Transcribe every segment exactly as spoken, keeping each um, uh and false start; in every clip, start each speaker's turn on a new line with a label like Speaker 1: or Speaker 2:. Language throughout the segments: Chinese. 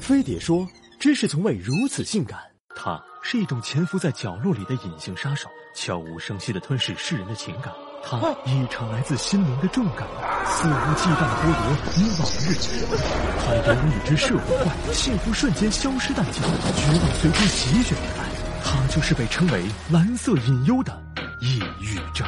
Speaker 1: 飞碟说，知识从未如此性感。它是一种潜伏在角落里的隐性杀手，悄无声息地吞噬世人的情感。它一场来自心灵的重感冒，肆无忌惮地剥夺你往日情感，它犹如一只社会怪，幸福瞬间消失殆尽，绝望随之席卷而来。它就是被称为蓝色隐忧的抑郁症。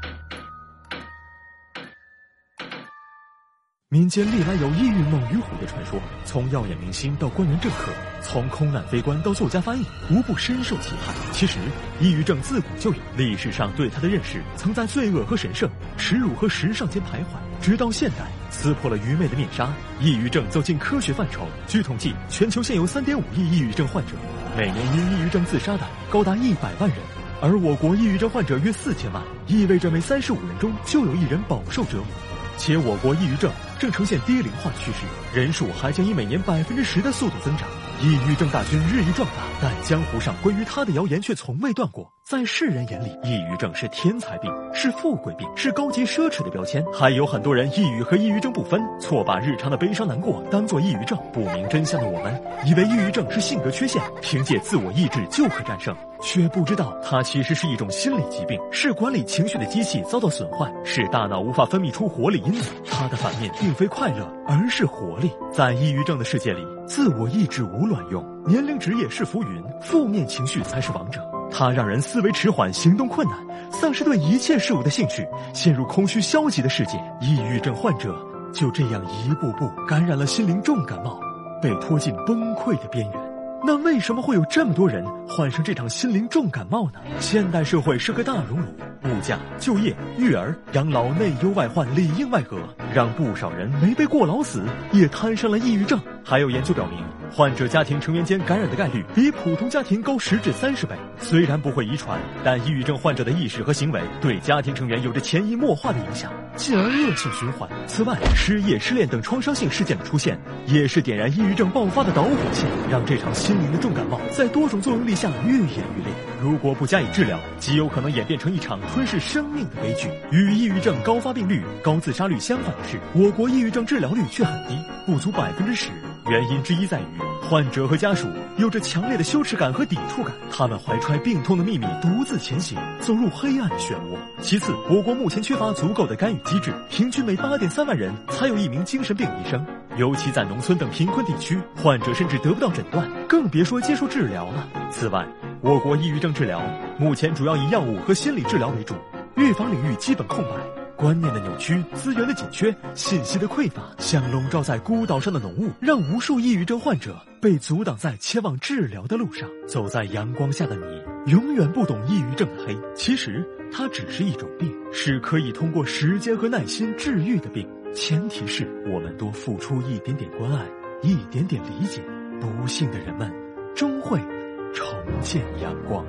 Speaker 1: 民间历来有抑郁猛于虎的传说，从耀眼明星到官员政客，从空难飞官到作家翻译，无不深受其害。其实，抑郁症自古就有，历史上对它的认识曾在罪恶和神圣、耻辱和时尚间徘徊，直到现代撕破了愚昧的面纱，抑郁症走进科学范畴。据统计，全球现有 三点五亿抑郁症患者，每年因抑郁症自杀的高达一百万人，而我国抑郁症患者约四千万，意味着每三十五人中就有一人饱受折磨。且我国抑郁症正呈现低龄化趋势，人数还将以每年百分之十的速度增长。抑郁症大军日益壮大，但江湖上关于他的谣言却从未断过。在世人眼里，抑郁症是天才病，是富贵病，是高级奢侈的标签。还有很多人抑郁和抑郁症不分，错把日常的悲伤难过当作抑郁症。不明真相的我们，以为抑郁症是性格缺陷，凭借自我意志就可战胜，却不知道它其实是一种心理疾病，是管理情绪的机器遭到损坏，是大脑无法分泌出活力因子。它的反面并非快乐，而是活力。在抑郁症的世界里，自我意志无卵用，年龄职业是浮云，负面情绪才是王者。它让人思维迟缓，行动困难，丧失对一切事物的兴趣，陷入空虚消极的世界。抑郁症患者就这样一步步感染了心灵重感冒，被拖进崩溃的边缘。那为什么会有这么多人患上这场心灵重感冒呢？现代社会是个大熔炉，物价、就业、育儿、养老内忧外患里应外合，让不少人没被过劳死，也摊上了抑郁症。还有研究表明，患者家庭成员间感染的概率比普通家庭高十至三十倍。虽然不会遗传，但抑郁症患者的意识和行为对家庭成员有着潜移默化的影响，进而恶性循环。此外，失业、失恋等创伤性事件的出现，也是点燃抑郁症爆发的导火线，让这场心灵的重感冒在多种作用力下愈演愈烈。如果不加以治疗，极有可能演变成一场吞噬生命的悲剧。与抑郁症高发病率、高自杀率相反的是，我国抑郁症治疗率却很低，不足百分之十。原因之一在于患者和家属有着强烈的羞耻感和抵触感，他们怀揣病痛的秘密，独自前行，走入黑暗的漩涡。其次，我国目前缺乏足够的干预机制，平均每 八点三万人才有一名精神病医生，尤其在农村等贫困地区，患者甚至得不到诊断，更别说接受治疗了。此外，我国抑郁症治疗目前主要以药物和心理治疗为主，预防领域基本空白。观念的扭曲，资源的紧缺，信息的匮乏，像笼罩在孤岛上的浓雾，让无数抑郁症患者被阻挡在前往治疗的路上。走在阳光下的你，永远不懂抑郁症的黑。其实，它只是一种病，是可以通过时间和耐心治愈的病。前提是我们多付出一点点关爱，一点点理解，不幸的人们终会重见阳光。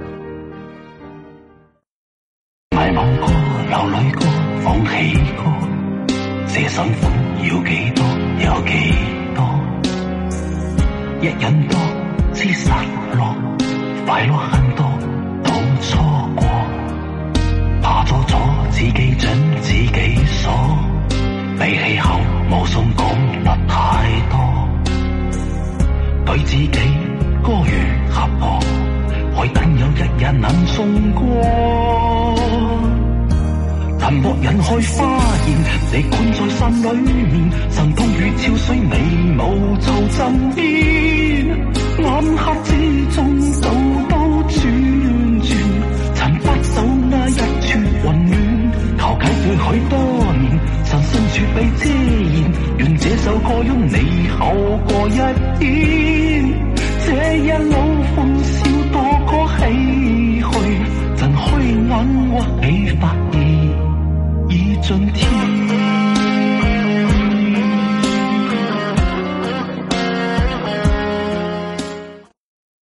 Speaker 2: 迷惘過，流淚過，放棄過，這辛苦要幾多，有幾多？一忍多，知失落，快樂很多都錯過，怕做咗自己準自己鎖，被氣候無送講得太多，對自己歌如合婆，海等有一日能送過。淡薄人去花現，你困在山裏面，神風雨潮水你無做枕邊，暗黑之中兜兜轉轉，尋不走那一處混亂，求解對許多年，神身處被遮掩，願這首歌擁你好過一天，這一路風笑多過唏噓，陣虛眼或喜